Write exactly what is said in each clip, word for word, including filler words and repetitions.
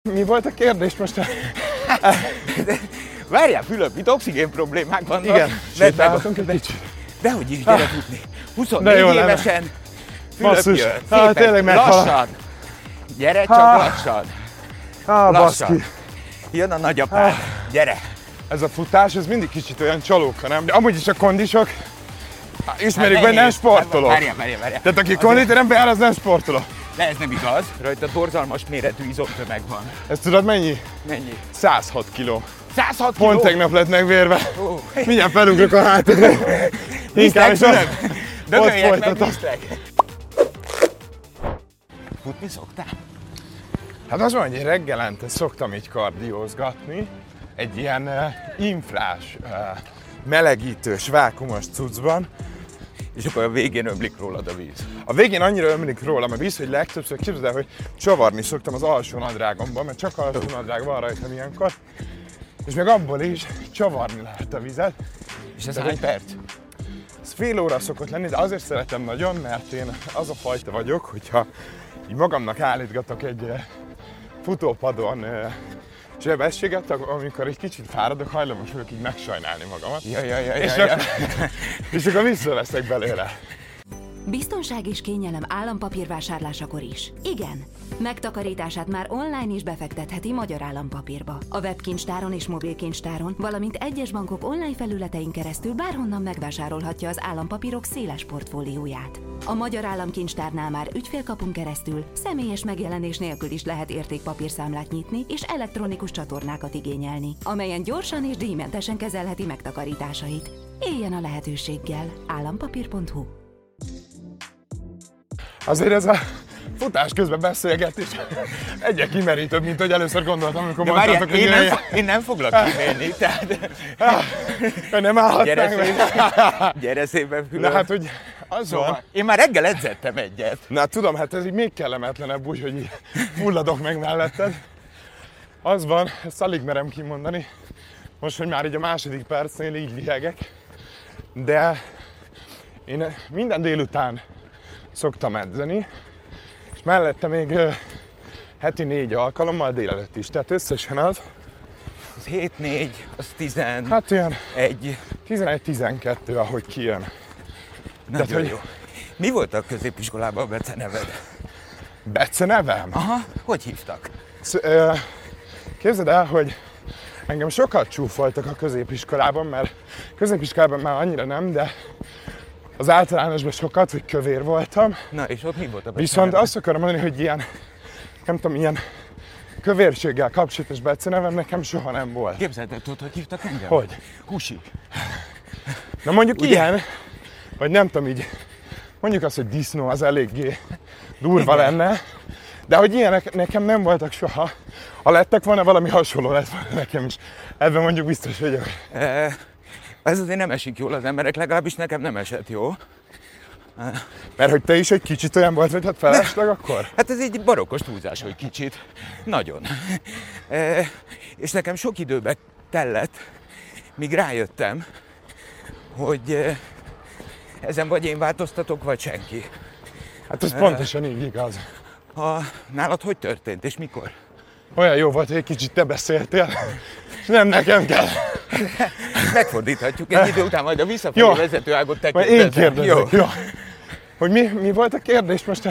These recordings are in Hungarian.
Mi volt a kérdés most? Várjál, Fülöp, itt oxigén problémák vannak. Igen, sétálhatunk egy kicsit. Dehogy is, gyere futni. huszonnégy jó, évesen Fülöp basszus. jön. Ah, Szépen, tényleg meghal. lassan. Gyere csak Ah. lassan. Á, Lassan. baszki. Jön a nagyapád. Gyere. Ez a futás, ez mindig kicsit olyan csalóka, nem? De amúgy is a kondisok, ismerjük, Hát hogy nem nehéz. sportolok. Várjál, várjál, várjál. Tehát aki konditerembe jár, az nem sportoló. De ez nem igaz. Rajta borzalmas méretű izomtömeg van. Ezt tudod mennyi? Mennyi? száz hat kiló. száz hat kiló. Pont tegnap lett megvérve. Ó. Mindjárt felugrok a hátadra. Inkább is Fülöp. ott Dögöljek meg, folytatom. viszlek. Futni szoktál? Hát az van, hogy én reggelente szoktam így kardiózgatni, egy ilyen uh, infrás, uh, melegítős, vákumos cuccban. És akkor a végén ömlik rólad a víz. A végén annyira ömlik rólam a víz, hogy legtöbbször képzeld el, hogy csavarni szoktam az alsó nadrágomban, mert csak alsó nadrág van rajtam ilyenkor, és még abból is csavarni lehet a vizet. És ez De hány hogy- perc? Ez fél óra szokott lenni, de azért szeretem nagyon, mert én az a fajta vagyok, hogyha így magamnak állítgatok egy eh, futópadon eh, sebességet, akkor amikor egy kicsit fáradok, hajlamos vagyok így megsajnálni magamat. Ja, ja, ja, És, ja, ja. akkor, és akkor visszaveszek belőle. Biztonság és kényelem állampapírvásárlásakor is. Igen, megtakarítását már online is befektetheti Magyar Állampapírba. A webkincstáron és mobilkincstáron, valamint egyes bankok online felületein keresztül bárhonnan megvásárolhatja az állampapírok széles portfólióját. A Magyar Államkincstárnál már ügyfélkapun keresztül személyes megjelenés nélkül is lehet értékpapírszámlát nyitni és elektronikus csatornákat igényelni, amelyen gyorsan és díjmentesen kezelheti megtakarításait. Éljen a lehetőséggel! állampapír pont hu. Azért ez a futás közben beszélgetés egyre kimerítőbb, mint hogy először gondoltam, amikor De mondtátok, várjál, hogy én nem, ilyen- fo- én nem foglak kimélni, tehát hogy nem gyere állhatnánk meg. szépen, gyere szépen, Fülöp. Na hát, hogy az van. Szóval, én már reggel edzettem egyet. Na tudom, hát ez így még kellemetlenebb úgy, hogy így fulladok meg melletted. Az van, ezt alig merem kimondani, most, hogy már így a második percnél így lihegek, de én minden délután szoktam edzeni, és mellette még ö, heti négy alkalommal délelőtt is, tehát összesen az, Az hét négy, az tizenegy. hát ilyen Egy. tizenegy-tizenkettő, ahogy kijön. Nagyon hogy- jó. Mi volt a középiskolában a beceneved? Bece nevem? Aha, hogy hívtak? Sz- ö, Képzeld el, hogy engem sokat csúfoltak a középiskolában, mert középiskolában már annyira nem, de az általánosban sokat, hogy kövér voltam. Na, és ott mi volt a Viszont beceneved? azt akarom mondani, hogy ilyen, nem tudom, ilyen kövérséggel kapcsolatos becenevem nekem soha nem volt. Képzeld el, tudod, hogy hívtak engem? Hogy? Husi. Na mondjuk Ugye? ilyen, vagy nem tudom így, mondjuk azt, hogy disznó az eléggé durva Igen. lenne, de hogy ilyenek nekem nem voltak soha. Ha lettek volna, valami hasonló lett volna nekem is. Ebben mondjuk biztos vagyok. Eh, Ez azért nem esik jól az emberek, legalábbis nekem nem esett jó. Mert hogy te is egy kicsit olyan volt, hogy hát felesleg akkor? Hát ez egy barokkos túlzás, hogy kicsit. Nagyon. E, és nekem sok időbe tellett, míg rájöttem, hogy e, ezen vagy én változtatok, vagy senki. Hát ez pontosan így igaz. A, nálad hogy történt, és mikor? Olyan jó volt, hogy egy kicsit te beszéltél, és nem nekem kell. Megfordíthatjuk egy idő után, majd a visszafelé Jó. vezető ágot te Majd én kérdezed. kérdezek. Jó. Hogy mi, mi volt a kérdés most?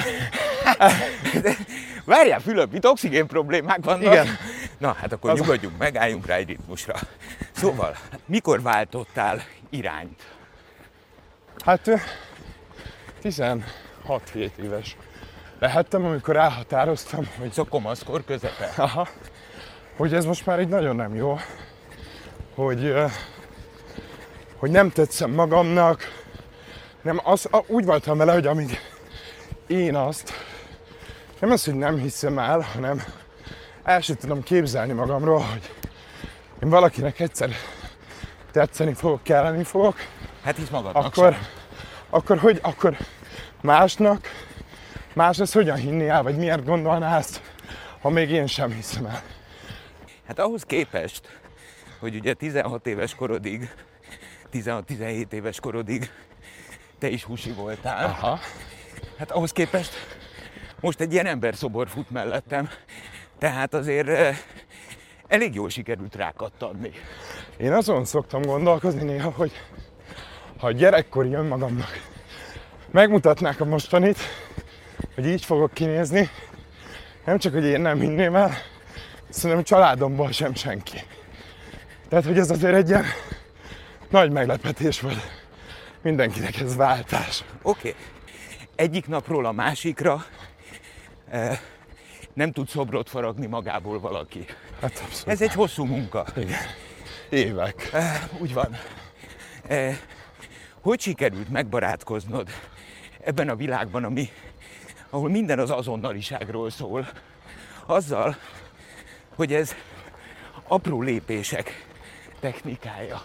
Várjál, Fülöp, itt oxigén problémák vannak. Igen. Na, hát akkor Az- nyugodjunk meg, álljunk rá egy ritmusra. Szóval, mikor váltottál irányt? Hát ö, tizenhat-hét éves lehettem, amikor elhatároztam, hogy, Szóval kamaszkor közepe. aha, hogy ez most már így nagyon nem jó, hogy, ö, hogy nem tetszem magamnak, nem, az, a, úgy voltam vele, hogy amíg én azt, nem az, hogy nem hiszem el, hanem el sem tudom képzelni magamról, hogy én valakinek egyszer tetszeni fogok, kelleni fogok, Hát hisz magadnak akkor, sem. akkor hogy, akkor másnak, más ezt hogyan hinni el, vagy miért gondolná ezt, ha még én sem hiszem el. Hát ahhoz képest, hogy ugye tizenhat éves korodig, tizenhat-tizenhét éves korodig te is husi voltál. Aha. Hát ahhoz képest most egy ilyen emberszobor fut mellettem, Tehát azért eh, elég jól sikerült rákattanni. Én azon szoktam gondolkozni néha, hogy ha a gyerekkori önmagamnak megmutatnák a mostanit, hogy így fogok kinézni, nem csak, hogy én nem hinném el, szerintem családomból sem senki. Tehát, hogy ez azért egy ilyen nagy meglepetés volt. Mindenkinek ez váltás. Oké. Okay. Egyik napról a másikra eh, nem tud szobrot faragni magából valaki. Hát abszolút. Ez egy hosszú munka. Igen. Évek. Eh, úgy van. Eh, hogy sikerült megbarátkoznod ebben a világban, ami, ahol minden az azonnaliságról szól, azzal, hogy ez apró lépések technikája.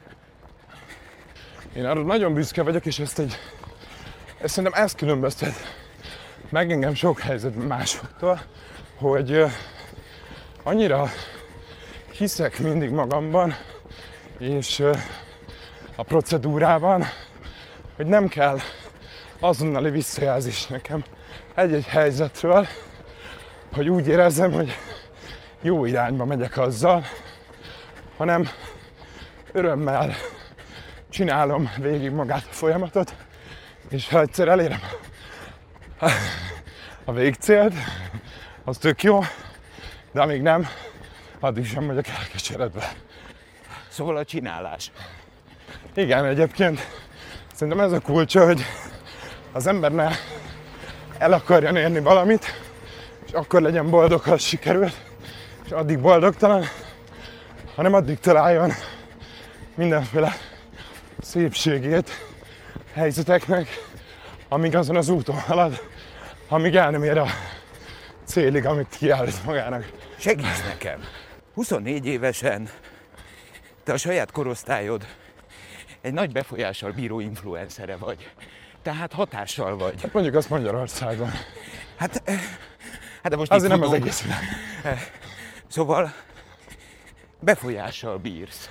Én arra nagyon büszke vagyok, és ezt egy, ezt szerintem ezt különböztet meg engem sok helyzetben másoktól, hogy uh, annyira hiszek mindig magamban, és uh, a procedúrában, hogy nem kell azonnali visszajelzés nekem egy-egy helyzetről, hogy úgy érezzem, hogy jó irányba megyek azzal, hanem örömmel csinálom végig magát a folyamatot, és ha egyszer elérem a végcélt, az tök jó, de amíg nem, addig sem vagyok elkeseredve. Szóval a csinálás. Igen, egyébként szerintem ez a kulcsa, hogy az ember ne el akarjon érni valamit, és akkor legyen boldog, ha az sikerült, és addig boldogtalan, hanem addig találjon mindenféle szépségét helyzeteknek, amíg azon az úton halad, amíg el nem ér a célig, amit kiállít magának. Segíts nekem! huszonnégy évesen te a saját korosztályod egy nagy befolyással bíró influencere vagy. Tehát hatással vagy. Hát mondjuk azt Magyarországon. Hát, hát de most azért nem az futunk. egész világ. Szóval befolyással bírsz.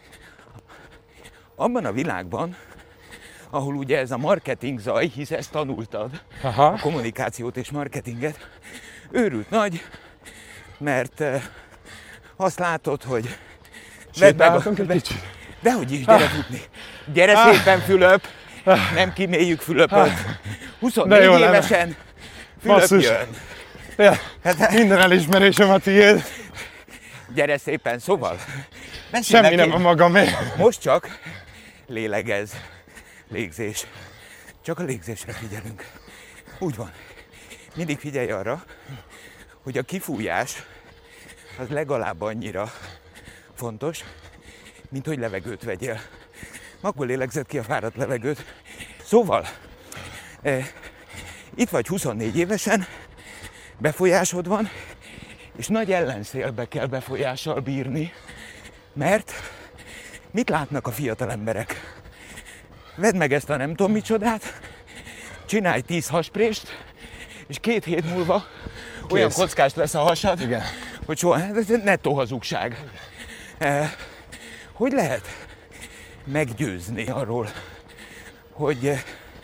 Abban a világban, ahol ugye ez a marketing zaj, hisz ezt tanultad, Aha. a kommunikációt és marketinget, őrült nagy, mert eh, azt látod, hogy... Sétálhatunk egy kicsit? Dehogy is, gyere futni. Gyere szépen, Fülöp! Nem kiméljük Fülöpöt. huszonnégy évesen Fülöp Basszus. jön. Ja, minden elismerésem a tiéd. Gyere szépen, szóval. Semmi nem a magamé. Most csak lélegez. Légzés. Csak a légzésre figyelünk. Úgy van. Mindig figyelj arra, hogy a kifújás az legalább annyira fontos, mint hogy levegőt vegyél. Akkor lélegzed ki a fáradt levegőt. Szóval, eh, itt vagy huszonnégy évesen, befolyásod van, és nagy ellenszélbe kell befolyással bírni, mert mit látnak a fiatal emberek? Vedd meg ezt a nem tudom micsodát, csinálj tíz hasprést, és két hét múlva Kész. Olyan kockás lesz a hasad, Igen. hogy soha, ez nettó hazugság. Eh, hogy lehet meggyőzni arról, hogy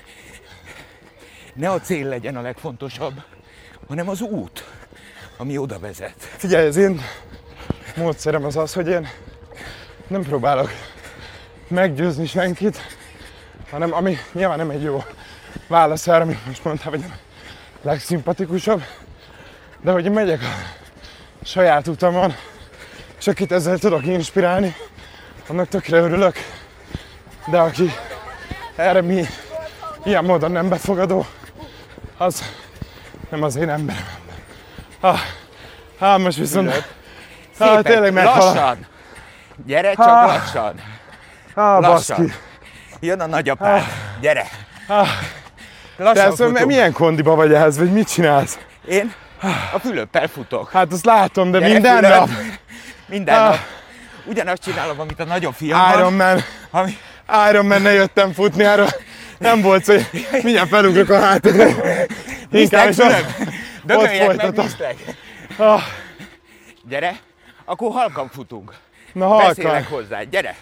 ne a cél legyen a legfontosabb, hanem az út, ami oda vezet? Figyelj, az én módszerem az az, hogy én nem próbálok meggyőzni senkit, hanem ami nyilván nem egy jó válasz erre, amit most mondtál, vagy nem legszimpatikusabb, de hogy én megyek a saját utamon, és akit ezzel tudok inspirálni, annak tökre örülök, de aki erre mi ilyen módon nem befogadó, az nem az én emberem. Ah, ah, most viszont... Ah, tényleg meghalok. Lassan! Gyere csak ah, lassan! Ah, lassan! baszki. Jön a nagyapád, ah, gyere! Ah, lassan de szóval milyen kondiba vagy ehhez, vagy mit csinálsz? Én a Fülöppel futok. Hát azt látom, de Gyere, minden Fülöp. nap. Minden ah. nap. Ugyanazt csinálom, amit a nagyobb fiamban. Iron Man. Ami... Iron Man-ne jöttem futni, erről nem volt szó, hogy mindjárt felugrok a hátadra. Inkább is ott folytatom. Ah. Gyere, akkor halkan futunk. Na halkan. Beszélek hozzá, gyere.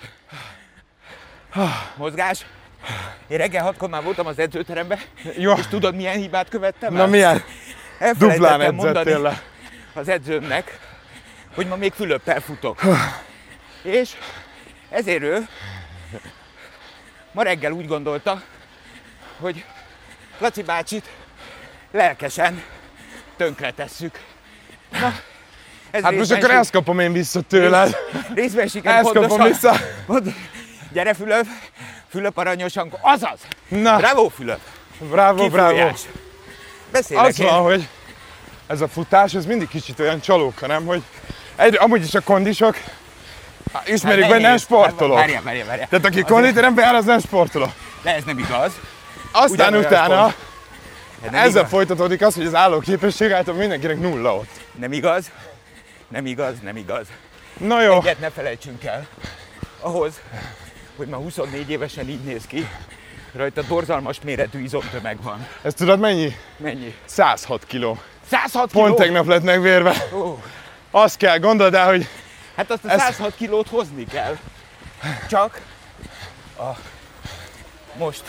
Mozgás. Én reggel hatkor már voltam az edzőteremben, Jó. és tudod milyen hibát követtem Na el? milyen? Duplán Elfelejtettem mondani edzettél le. az edzőmnek, hogy ma még Fülöppel futok. És ezért ő ma reggel úgy gondolta, hogy Laci bácsit lelkesen tönkretesszük. Na, ez Hát most akkor ezt kapom én vissza tőled. Részben sikerült. Ezt kapom vissza. Pont, gyere Fülöp, Fülöp aranyosan, azaz! Na. Bravo Fülöp! Bravo, bravo. Beszélek Az én. van, hogy ez a futás, ez mindig kicsit olyan csalóka, nem? Hogy egy, amúgy is a kondisok, hát ismerjük, Hát hogy nem nehéz. sportolok. Várjál, várjál, várjál. Tehát aki konditeremben jár, az nem sportoló. De ez nem igaz. Aztán Ugyanolyan utána sport. Ez nem ezzel igaz. folytatódik az, hogy az állóképesség által mindenkinek nulla ott. Nem igaz. Nem igaz, nem igaz. Na jó, Egyet ne felejtsünk el. Ahhoz, hogy ma huszonnégy évesen így néz ki, rajta borzalmas méretű izomtömeg van. ezt tudod mennyi? Mennyi? száz hat kiló. száz hat kiló? Pont tegnap lett megvérve. Ó, Azt kell, gondold el, hogy hát azt a Ez- száz hat kilót hozni kell. Csak a... most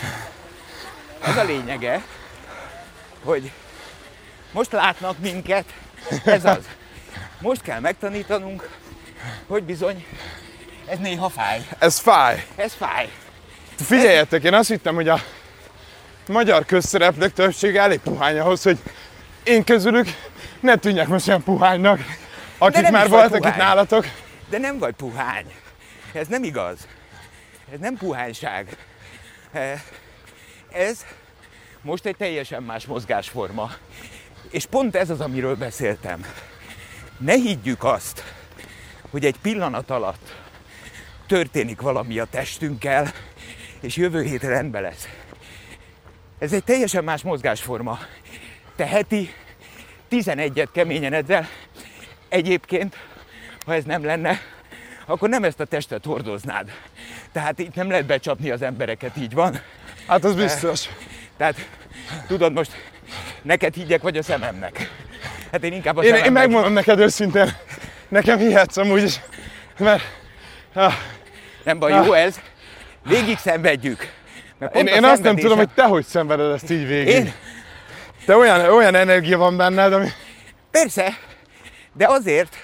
az a lényege, hogy most látnak minket, ez az. Most kell megtanítanunk, hogy bizony ez néha fáj. ez fáj. Ez fáj. Figyeljetek, én azt hittem, hogy a magyar közszereplők többsége elég puhány ahhoz, hogy én közülük ne tűnjek most ilyen puhánynak, akik nem már is vagy voltak puhány. itt nálatok. De nem vagy puhány. Ez nem igaz. Ez nem puhányság. Eh, Ez most egy teljesen más mozgásforma. És pont ez az, amiről beszéltem. Ne higgyük azt, hogy egy pillanat alatt történik valami a testünkkel, és jövő hétre rendben lesz. Ez egy teljesen más mozgásforma. Te heti tizenegyet keményen edzel. Egyébként, ha ez nem lenne, akkor nem ezt a testet hordoznád. Tehát itt nem lehet becsapni az embereket, így van. Hát az biztos. Tehát tudod most, neked higgyek vagy a szememnek? Hát én inkább a Én, szememnek. én megmondom neked őszintén, nekem hihetsz amúgy is, mert ah, Nem baj, jó ez. Végig szenvedjük. Mert én, pont a én azt nem tudom, hogy szenvedésem- te hogy szenveded ezt így végig. Én? Te olyan, olyan energia van benned, ami... Persze, de azért,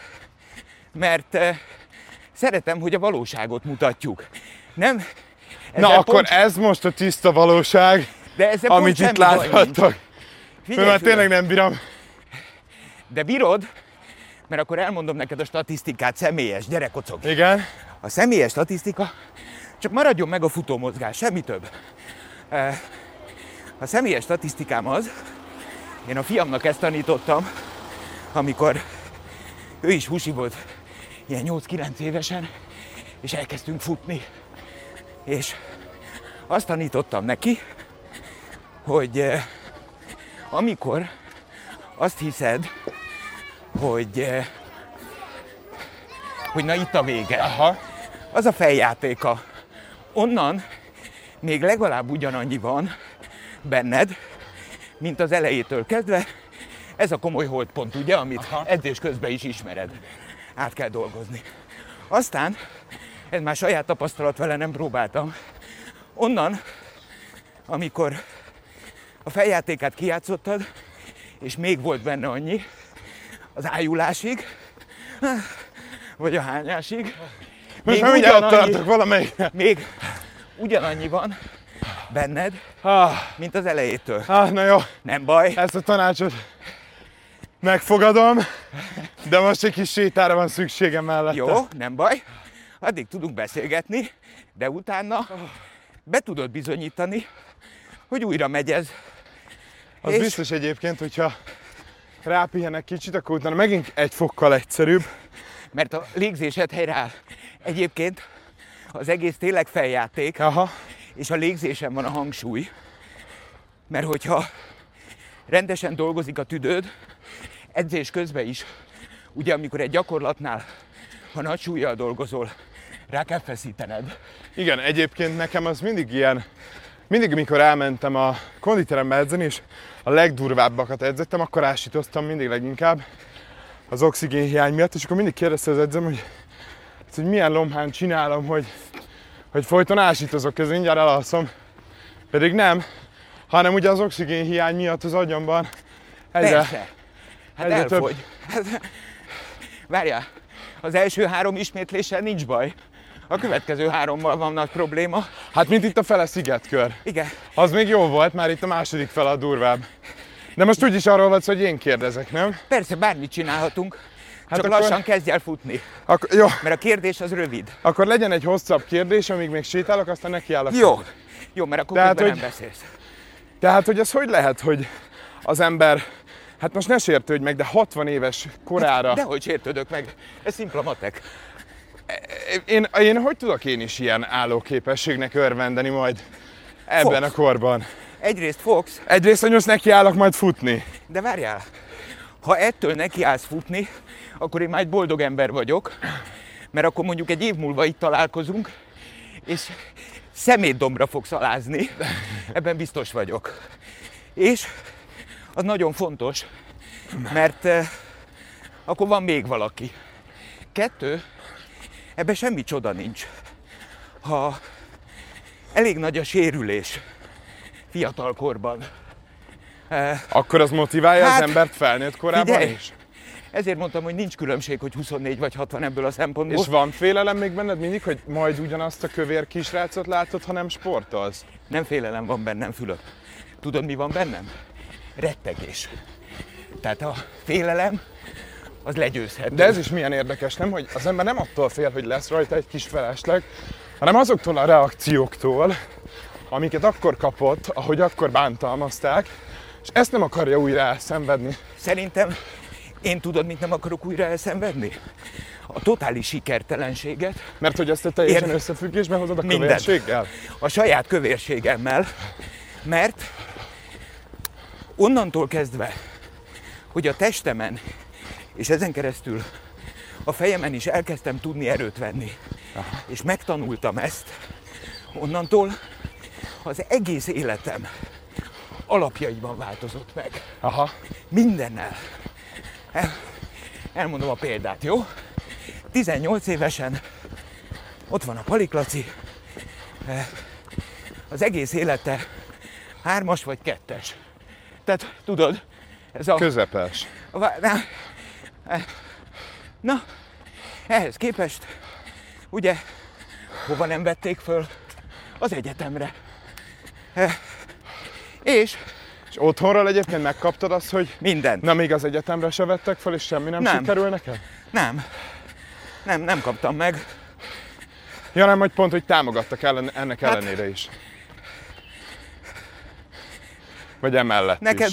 mert uh, szeretem, hogy a valóságot mutatjuk. Nem? Na Ezzel akkor pont, ez most a tiszta valóság, de ezzel amit pont itt semmi baj nincs. láthattok. Figyelj, Mert Fülöp, tényleg nem bírom. de bírod, mert akkor elmondom neked a statisztikát, személyes, gyere kocog. Igen. A személyes statisztika, csak maradjon meg a futómozgás, semmi több. Eh, A személyes statisztikám az, én a fiamnak ezt tanítottam, amikor ő is husi volt, ilyen nyolc-kilenc évesen, és elkezdtünk futni. És azt tanítottam neki, hogy eh, amikor azt hiszed, hogy, eh, hogy na itt a vége, Aha. az a feljátéka. Onnan még legalább ugyanannyi van benned, mint az elejétől kezdve. Ez a komoly holdpont, ugye, amit Aha. edzés közben is ismered. Át kell dolgozni. Aztán, ez már saját tapasztalat, vele nem próbáltam, onnan, amikor a feljátékát kijátszottad, és még volt benne annyi, az ájulásig, vagy a hányásig, Most még már mindjárt ugyanannyi- tartok valamelyik. még ugyanannyi van benned, Ah, mint az elejétől. ah, na jó, Nem baj. ezt a tanácsot megfogadom, de most egy kis sétára van szükségem mellette. Jó, nem baj. Addig tudunk beszélgetni, de utána be tudod bizonyítani, hogy újra megy ez. Az És- biztos egyébként, hogyha rápihenek kicsit, akkor utána megint egy fokkal egyszerűbb. Mert a légzésed helyreáll. Egyébként az egész tényleg feljáték, Aha. és a légzésen van a hangsúly. Mert hogyha rendesen dolgozik a tüdőd, edzés közben is, ugye amikor egy gyakorlatnál, ha nagy súllyal dolgozol, rá kell feszítened. Igen, egyébként nekem az mindig ilyen, mindig mikor elmentem a konditerembe edzeni, és a legdurvábbakat edzettem, akkor ásítoztam mindig leginkább az oxigénhiány miatt, és akkor mindig kérdezte az edzem, hogy, hogy milyen lomhán csinálom, hogy, hogy folyton ásítozok, ez mindjárt elalszom. Pedig nem, hanem ugye az oxigénhiány miatt az agyamban egyre Persze. Hát Egyre több. elfogy. Hát, várjál, az első három ismétléssel nincs baj. A következő hárommal van nagy probléma. Hát mint itt a fele szigetkör. Igen. Az még jó volt, már itt a második fele a durvább. De most úgyis arról van szó, hogy én kérdezek, nem? Persze, bármit csinálhatunk, Hát csak akkor- lassan kezdj el futni. Akkor, jó, Mert a kérdés az rövid. akkor legyen egy hosszabb kérdés, amíg még sétálok, aztán nekiállok. Jó. Jó, mert akkor Tehát, közben hogy- nem beszélsz. Tehát, hogy ez hogy lehet, hogy az ember, hát most ne sértődj meg, de hatvan éves korára... Dehogy sértődök meg. Ez szimpla matek. Én, én hogy tudok én is ilyen állóképességnek örvendeni majd ebben Fogsz. a korban? Egyrészt fogsz, Egyrészt, hogy most nekiállok majd futni. de várjál. Ha ettől nekiállsz futni, akkor én már egy boldog ember vagyok, mert akkor mondjuk egy év múlva itt találkozunk, és szemétdombra fogsz alázni, ebben biztos vagyok. És az nagyon fontos, mert eh, akkor van még valaki. Kettő, ebben semmi csoda nincs. Ha elég nagy a sérülés fiatalkorban, eh, Akkor az motiválja Hát, az embert felnőtt korában figyelj! is? ezért mondtam, hogy nincs különbség, hogy huszonnégy vagy hatvan ebből a szempontból. És van félelem még benned mindig, hogy majd ugyanazt a kövér kisrácot látod, ha nem sportolsz? Nem félelem van bennem, Fülöp. Tudod, mi van bennem? Rettegés. Tehát a félelem, az legyőzhető. De ez is milyen érdekes, nem? Hogy az ember nem attól fél, hogy lesz rajta egy kis felesleg, hanem azoktól a reakcióktól, amiket akkor kapott, ahogy akkor bántalmazták, és ezt nem akarja újra elszenvedni. Szerintem én tudod, mit nem akarok újra elszenvedni? A totális sikertelenséget, Mert hogy ezt te teljesen Ér- összefüggésbe hozod a Mindent. kövérséggel? a saját kövérségemmel, mert onnantól kezdve, hogy a testemen és ezen keresztül a fejemen is elkezdtem tudni erőt venni, és megtanultam ezt, onnantól az egész életem alapjaiban változott meg. Aha. Mindennel. El, elmondom a példát, jó? tizennyolc évesen ott van a Palik Laci, eh, az egész élete hármas vagy kettes. Tehát tudod, ez a... Közepes. a vá- na, eh, na, ehhez képest, ugye, hova nem vették föl? Az egyetemre. Eh, és És otthonról egyébként megkaptad azt, hogy mindent. na még az egyetemre se vettek fel, és semmi nem, Nem. sikerül neked? Nem. Nem, nem kaptam meg. Ja nem, hogy pont, hogy támogattak ellen, ennek Hát- ellenére is. Vagy emellett Neked? is.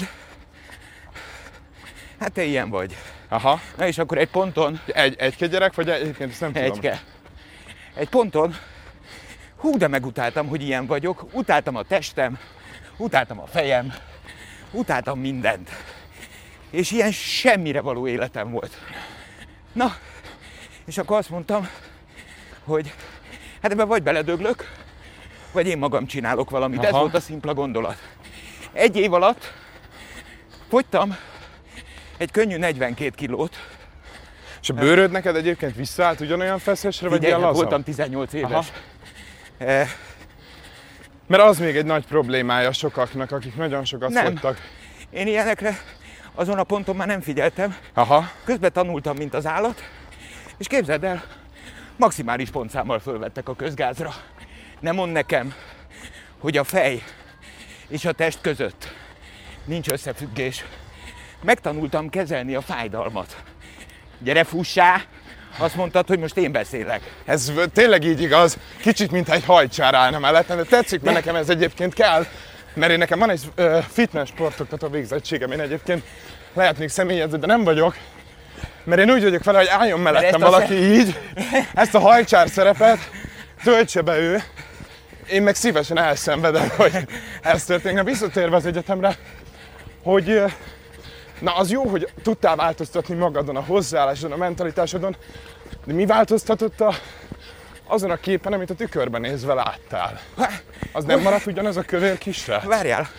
Hát te ilyen vagy. Aha. Na és akkor egy ponton, Egy, egy gyerek, vagy egyébként ezt nem tudom. egyke. Egy ponton, hú, de megutáltam, hogy ilyen vagyok. Utáltam a testem, utáltam a fejem, utáltam mindent. És ilyen semmire való életem volt. Na, és akkor azt mondtam, hogy hát ebben vagy beledöglök, vagy én magam csinálok valamit. Ez Aha. volt a szimpla gondolat. Egy év alatt fogytam egy könnyű negyvenkét kilót. És a bőröd neked egyébként visszaállt ugyanolyan feszesre, vagy Figyelj, ilyen hát laza? voltam tizennyolc éves. Aha. Eh, Mert az még egy nagy problémája sokaknak, akik nagyon sokat Nem. fogytak. Én ilyenekre azon a ponton már nem figyeltem. Aha. Közben tanultam, mint az állat. És képzeld el, maximális pontszámmal fölvettek a közgázra. Nem mond nekem, hogy a fej és a test között nincs összefüggés. Megtanultam kezelni a fájdalmat. Gyere, fussá! Azt mondtad, hogy most én beszélek. Ez v- tényleg így igaz. Kicsit, mintha egy hajcsár állna mellettem, de tetszik, mert De- nekem ez egyébként kell. Mert én nekem van egy ö, fitness sportoktató végzettségem, én egyébként lehetnék személyedző, de nem vagyok. Mert én úgy vagyok vele, hogy álljon mellettem ezt a valaki így, ezt a hajcsár szerepet töltse be ő. Én meg szívesen elszenvedem, hogy ez történik. Na, visszatérve az egyetemre, hogy ö, na az jó, hogy tudtál változtatni magadon, a hozzáállásodon, a mentalitásodon, de mi változtatott a, azon a képen, amit a tükörben nézve láttál? Az nem maradt ugyanaz a kövér kisrác? Várjál!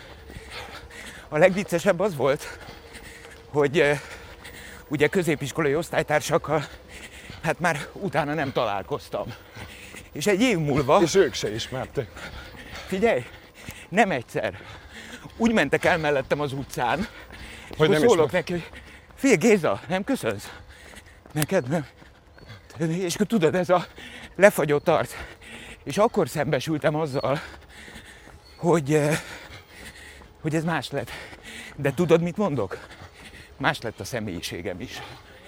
A legviccesebb az volt, hogy eh, ugye középiskolai osztálytársakkal hát már utána nem találkoztam. És egy év múlva, És ők se ismerték. figyelj, nem egyszer, úgy mentek el mellettem az utcán, Hogy hogy nem szólok ismer. neki, hogy Figyelj, Géza, nem köszönsz? Neked nem? És akkor tudod, ez a lefagyott arc. És akkor szembesültem azzal, hogy, hogy ez más lett. De tudod, mit mondok? Más lett a személyiségem is.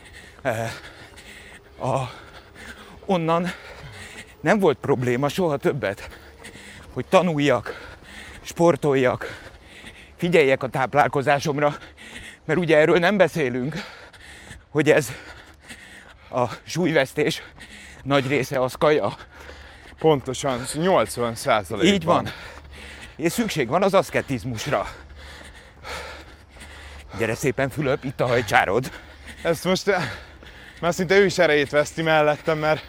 A, onnan nem volt probléma soha többet, hogy tanuljak, sportoljak, figyeljek a táplálkozásomra, mert ugye erről nem beszélünk, hogy ez a súlyvesztés nagy része az kaja. Pontosan, nyolcvan százalékban. Így van. És szükség van az aszketizmusra. Gyere szépen, Fülöp, itt a hajcsárod. Ezt most már szinte ő is erejét veszti mellettem, mert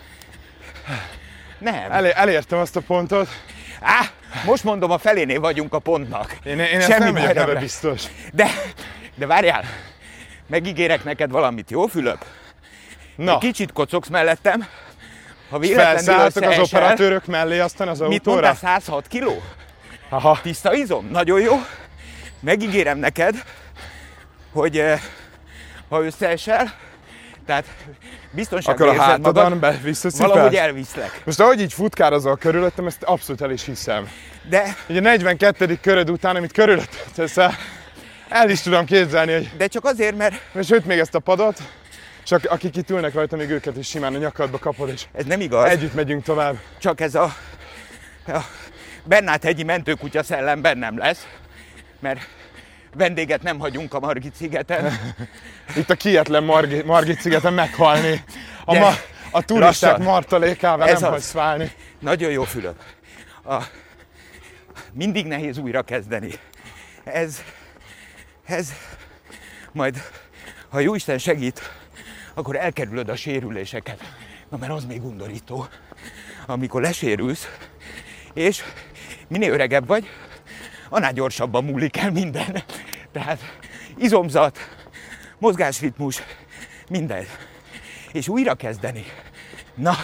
nem. Elé, elértem azt a pontot. Á, most mondom, a felénél vagyunk a pontnak. Én, én ezt nem vagyok ebbe biztos. De, de várjál, megígérek neked valamit, jó, Fülöp? Na. Egy kicsit kocogsz mellettem. Ha véletlenül felszálltok az operatőrök mellé aztán az autóra? Mit mondtál, száz hat kiló? Aha. Tiszta izom? Nagyon jó. Megígérem neked, hogy ha összeesel, tehát biztonságban akkor a érzed magad, hátadon be visszacipelsz? valahogy elviszlek. Most ahogy így futkározol körülöttem, ezt abszolút el is hiszem. De, Ugye a negyvenkettedik köröd után, amit körülöttem teszel, el is tudom képzelni, hogy... de csak azért, mert... Sőt, még ezt a padot, és akik itt ülnek rajta, még őket is simán a nyakadba kapod, és ez nem igaz. együtt megyünk tovább. Csak ez a, a Bernát-hegyi mentőkutya szellem bennem lesz, mert vendéget nem hagyunk a Margit-szigeten. Itt a kietlen Margit, Margit-szigeten meghalni. A, De, ma, a turisták lassan. martalékával Ez nem az. hagysz válni. Nagyon jó, Fülöp. A, mindig nehéz újra kezdeni. Ez, ez majd, ha Jóisten segít, akkor elkerülöd a sérüléseket. Na, mert az még undorító, amikor lesérülsz, és minél öregebb vagy, annál gyorsabban múlik el minden. Tehát izomzat, mozgásritmus, minden. És újra kezdeni, na,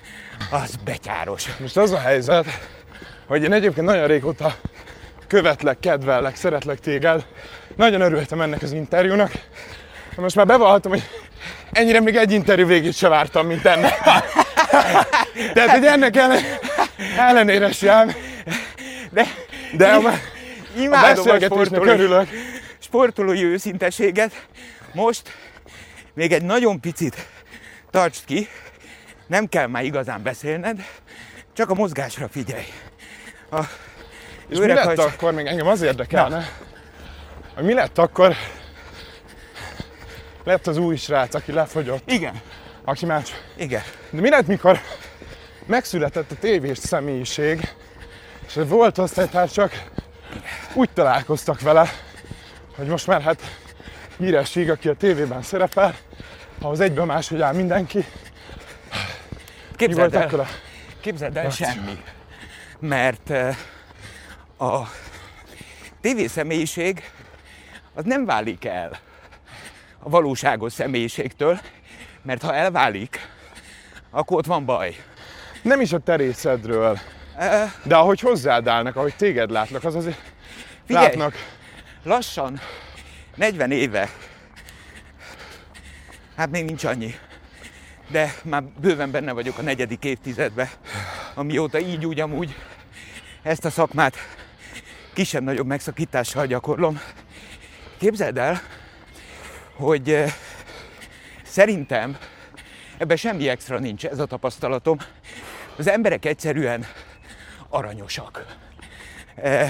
az betyáros. Most az a helyzet, hogy én egyébként nagyon régóta követlek, kedvellek, szeretlek téged. Nagyon örültem ennek az interjúnak. Most már bevallhatom, hogy ennyire még egy interjú végét se vártam, mint ennek. Tehát, hogy ennek ellen, ellenére sem. De, De a, a imádom a beszélgetésnek sportolói, örülök. sportolói őszinteséget. Most még egy nagyon picit tartsd ki, nem kell már igazán beszélned, csak a mozgásra figyelj. A És mi lett hajts... akkor, még engem az érdekelne, Na. hogy mi lett akkor, lett az új srác, aki lefogyott. Igen. Aki már... Igen. De mi lett, mikor megszületett a tévés személyiség, és volt osztálytársak, úgy találkoztak vele, hogy most már hát híresség, aki a tévében szerepel, ahhoz egyben máshogy áll mindenki. Képzeld Mi volt el, akkor a... képzeld el semmi. Mert a tévészemélyiség az nem válik el a valóságos személyiségtől, mert ha elválik, akkor ott van baj. Nem is a te részedről, E, de ahogy hozzád állnak, ahogy téged látnak, az azért Figyelj, látnak. lassan, negyven éve, hát még nincs annyi, de már bőven benne vagyok a negyedik évtizedben, amióta így úgy amúgy ezt a szakmát kisebb-nagyobb megszakítással gyakorlom. Képzeld el, hogy eh, szerintem ebben semmi extra nincs, ez a tapasztalatom. Az emberek egyszerűen aranyosak. Eh,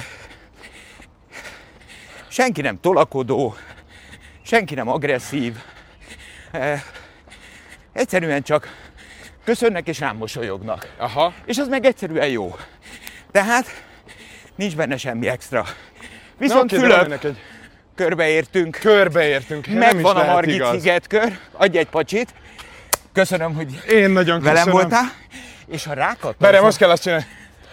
senki nem tolakodó, senki nem agresszív. Eh, egyszerűen csak köszönnek és rám mosolyognak. Aha. És az meg egyszerűen jó. Tehát nincs benne semmi extra. Viszont Na, Fülöp, egy... körbeértünk. Körbeértünk. Megvan a Margit-sziget kör. Adj egy pacsit. Köszönöm, hogy Én nagyon köszönöm. velem voltál. És ha rákattam... Várjál, most kell azt csinálni.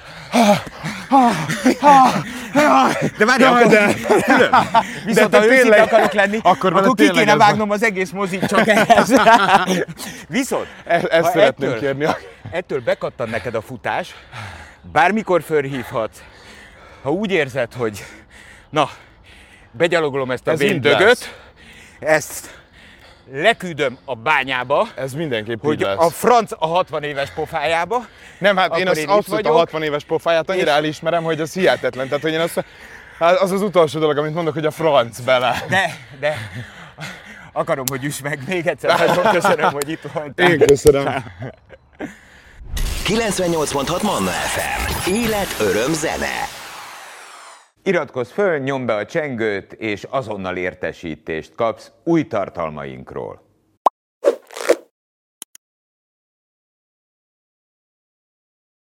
De várj, akkor... De, Fülöp, viszont de ha őszinte tényleg- akarok lenni, akkor akkor, vele ki tényleg kéne ez van. vágnom az egész mozit csak ehhez. Viszont, E- ezt ha szeretném ettől, kérni. ettől bekattan neked a futás, bármikor fölhívhatsz, ha úgy érzed, hogy na, begyalogolom ezt a Ez így véndögöt, ezt leküldöm a bányába, Ez mindenképp hogy így lesz. a franc a hatvan éves pofájába. Nem, hát én Akkor azt én itt abszolút a vagyok. hatvan éves pofáját annyira És- elismerem, hogy az hihetetlen. Tehát, hogy én azt, hát az az utolsó dolog, amit mondok, hogy a franc bele. De, de akarom, hogy üss meg még egyszer. Nagyon köszönöm, hogy itt voltál. Én köszönöm. kilencvennyolc pont hat Manna ef em. Élet, öröm, zene. Iratkozz föl, nyomd be a csengőt, és azonnal értesítést kapsz új tartalmainkról.